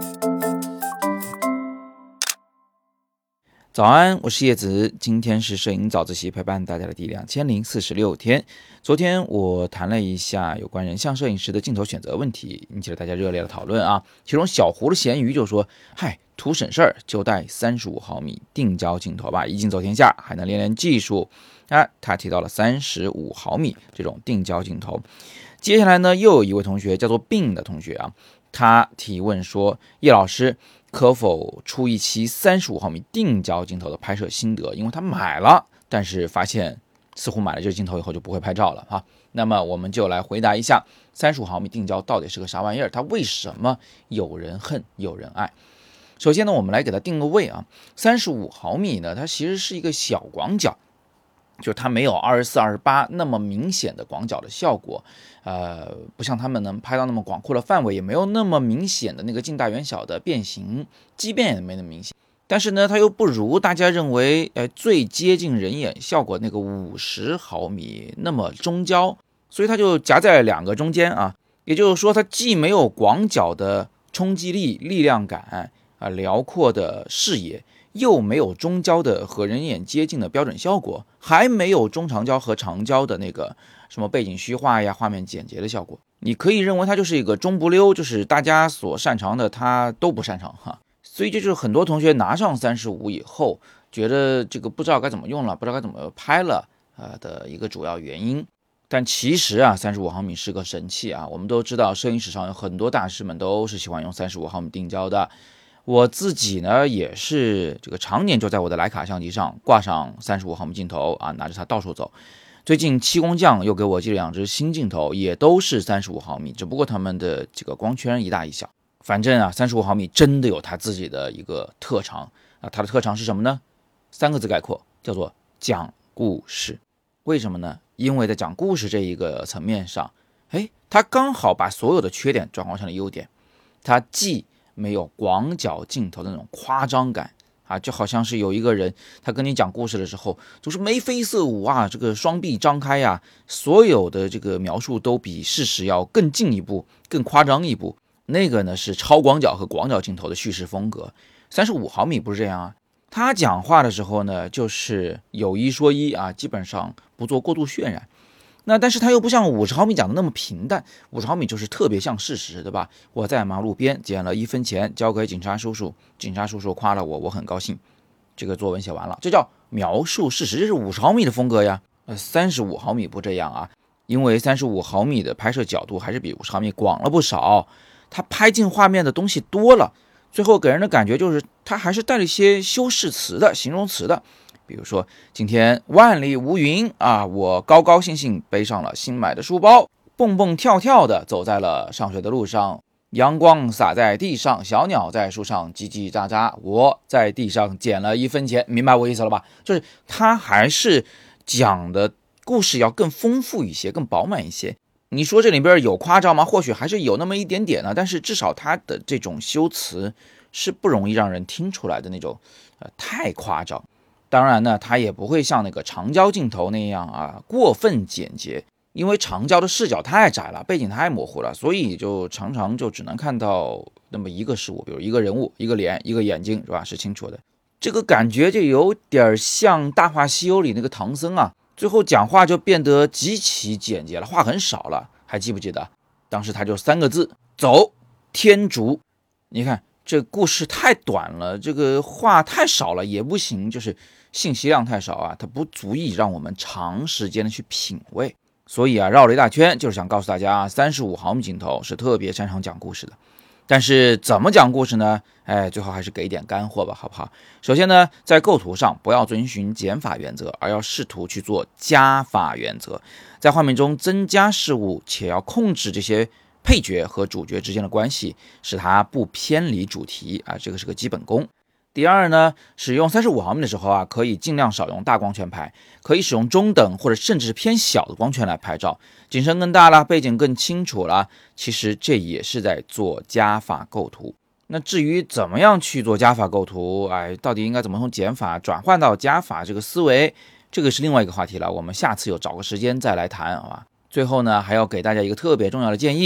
早安，我是叶子，今天是摄影早自习陪伴大家的第2046天。昨天我谈了一下有关人像摄影师的镜头选择问题，引起了大家热烈的讨论啊。其中小胡的咸鱼就说：“嗨，图省事儿就带35毫米定焦镜头吧，一镜走天下，还能练练技术。”他提到了35毫米这种定焦镜头。接下来呢，又有一位同学叫做病的同学啊，他提问说：“叶老师，可否出一期35毫米定焦镜头的拍摄心得？因为他买了，但是发现似乎买了这个镜头以后就不会拍照了哈。那么我们就来回答一下35毫米定焦到底是个啥玩意儿，它为什么有人恨有人爱？首先呢，我们来给它定个位啊。35毫米呢，它其实是一个小广角，就是它没有24、28那么明显的广角的效果，不像他们能拍到那么广阔的范围，也没有那么明显的那个近大远小的变形，畸变也没那么明显。但是呢，它又不如大家认为，最接近人眼效果那个50毫米那么中焦，所以它就夹在两个中间啊。也就是说，它既没有广角的冲击力、力量感辽阔的视野，又没有中焦的和人眼接近的标准效果，还没有中长焦和长焦的那个什么背景虚化呀、画面简洁的效果。你可以认为它就是一个中不溜，就是大家所擅长的它都不擅长哈。所以这就是很多同学拿上35以后，觉得这个不知道该怎么用了，不知道该怎么拍了的一个主要原因。但其实35毫米是个神器啊！我们都知道，摄影史上有很多大师们都是喜欢用35毫米定焦的。我自己呢，也是这个常年就在我的徕卡相机上挂上35毫米镜头啊，拿着它到处走。最近七工匠又给我寄了2只新镜头，也都是35毫米，只不过它们的这个光圈一大一小。反正35毫米真的有它自己的一个特长啊，它的特长是什么呢？3个字概括，叫做讲故事。为什么呢？因为在讲故事这一个层面上，它刚好把所有的缺点转化成了优点。它既没有广角镜头的那种夸张感啊，就好像是有一个人他跟你讲故事的时候，就是眉飞色舞啊，这个双臂张开呀，所有的这个描述都比事实要更进一步、更夸张一步。那个呢是超广角和广角镜头的叙事风格。35毫米不是这样啊，他讲话的时候呢，就是有一说一啊，基本上不做过度渲染。那但是他又不像50毫米讲的那么平淡，50毫米就是特别像事实，对吧？我在马路边捡了1分钱，交给警察叔叔，警察叔叔夸了我，我很高兴。这个作文写完了，这叫描述事实，这是50毫米的风格呀。35毫米不这样啊，因为35毫米的拍摄角度还是比50毫米广了不少，它拍进画面的东西多了，最后给人的感觉就是它还是带了一些修饰词的、形容词的。比如说今天万里无云啊，我高高兴兴背上了新买的书包，蹦蹦跳跳的走在了上学的路上，阳光洒在地上，小鸟在树上叽叽喳喳，我在地上捡了1分钱，明白我意思了吧？就是它还是讲的故事要更丰富一些，更饱满一些。你说这里边有夸张吗？或许还是有那么一点点呢，但是至少它的这种修辞是不容易让人听出来的那种太夸张。当然呢，它也不会像那个长焦镜头那样过分简洁，因为长焦的视角太窄了，背景太模糊了，所以就常常就只能看到那么一个事物，比如一个人物、一个脸、一个眼睛，是吧？是清楚的。这个感觉就有点像《大话西游》里那个唐僧啊，最后讲话就变得极其简洁了，话很少了。还记不记得当时他就3个字：走天竺。你看这故事太短了，这个话太少了也不行，就是信息量太少啊，它不足以让我们长时间的去品味。所以绕了一大圈，就是想告诉大家，35毫米镜头是特别擅长讲故事的。但是怎么讲故事呢？最后还是给点干货吧，好不好？首先呢，在构图上不要遵循减法原则，而要试图去做加法原则，在画面中增加事物，且要控制这些配角和主角之间的关系，使它不偏离主题啊，这个是个基本功。第二呢，使用35毫米的时候可以尽量少用大光圈拍，可以使用中等或者甚至偏小的光圈来拍照，景深更大了，背景更清楚了，其实这也是在做加法构图。那至于怎么样去做加法构图，到底应该怎么从减法转换到加法这个思维，这个是另外一个话题了，我们下次有找个时间再来谈，好吧？最后呢，还要给大家一个特别重要的建议，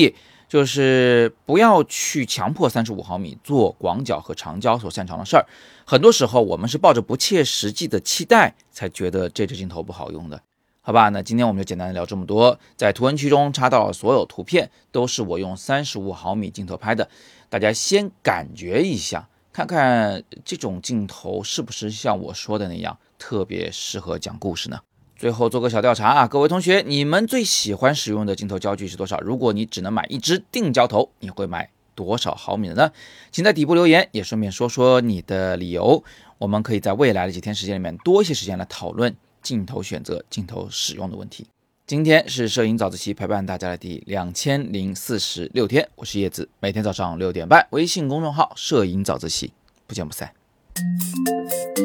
就是不要去强迫35毫米做广角和长焦所擅长的事儿。很多时候我们是抱着不切实际的期待才觉得这支镜头不好用的。好吧，那今天我们就简单的聊这么多。在图文区中插到了所有图片，都是我用35毫米镜头拍的，大家先感觉一下，看看这种镜头是不是像我说的那样特别适合讲故事呢？最后做个小调查啊，各位同学，你们最喜欢使用的镜头焦距是多少？如果你只能买一支定焦头，你会买多少毫米的呢？请在底部留言，也顺便说说你的理由。我们可以在未来的几天时间里面多一些时间来讨论镜头选择、镜头使用的问题。今天是摄影早自习陪伴大家的第2046天，我是叶子，每天早上6点半，微信公众号摄影早自习，不见不散。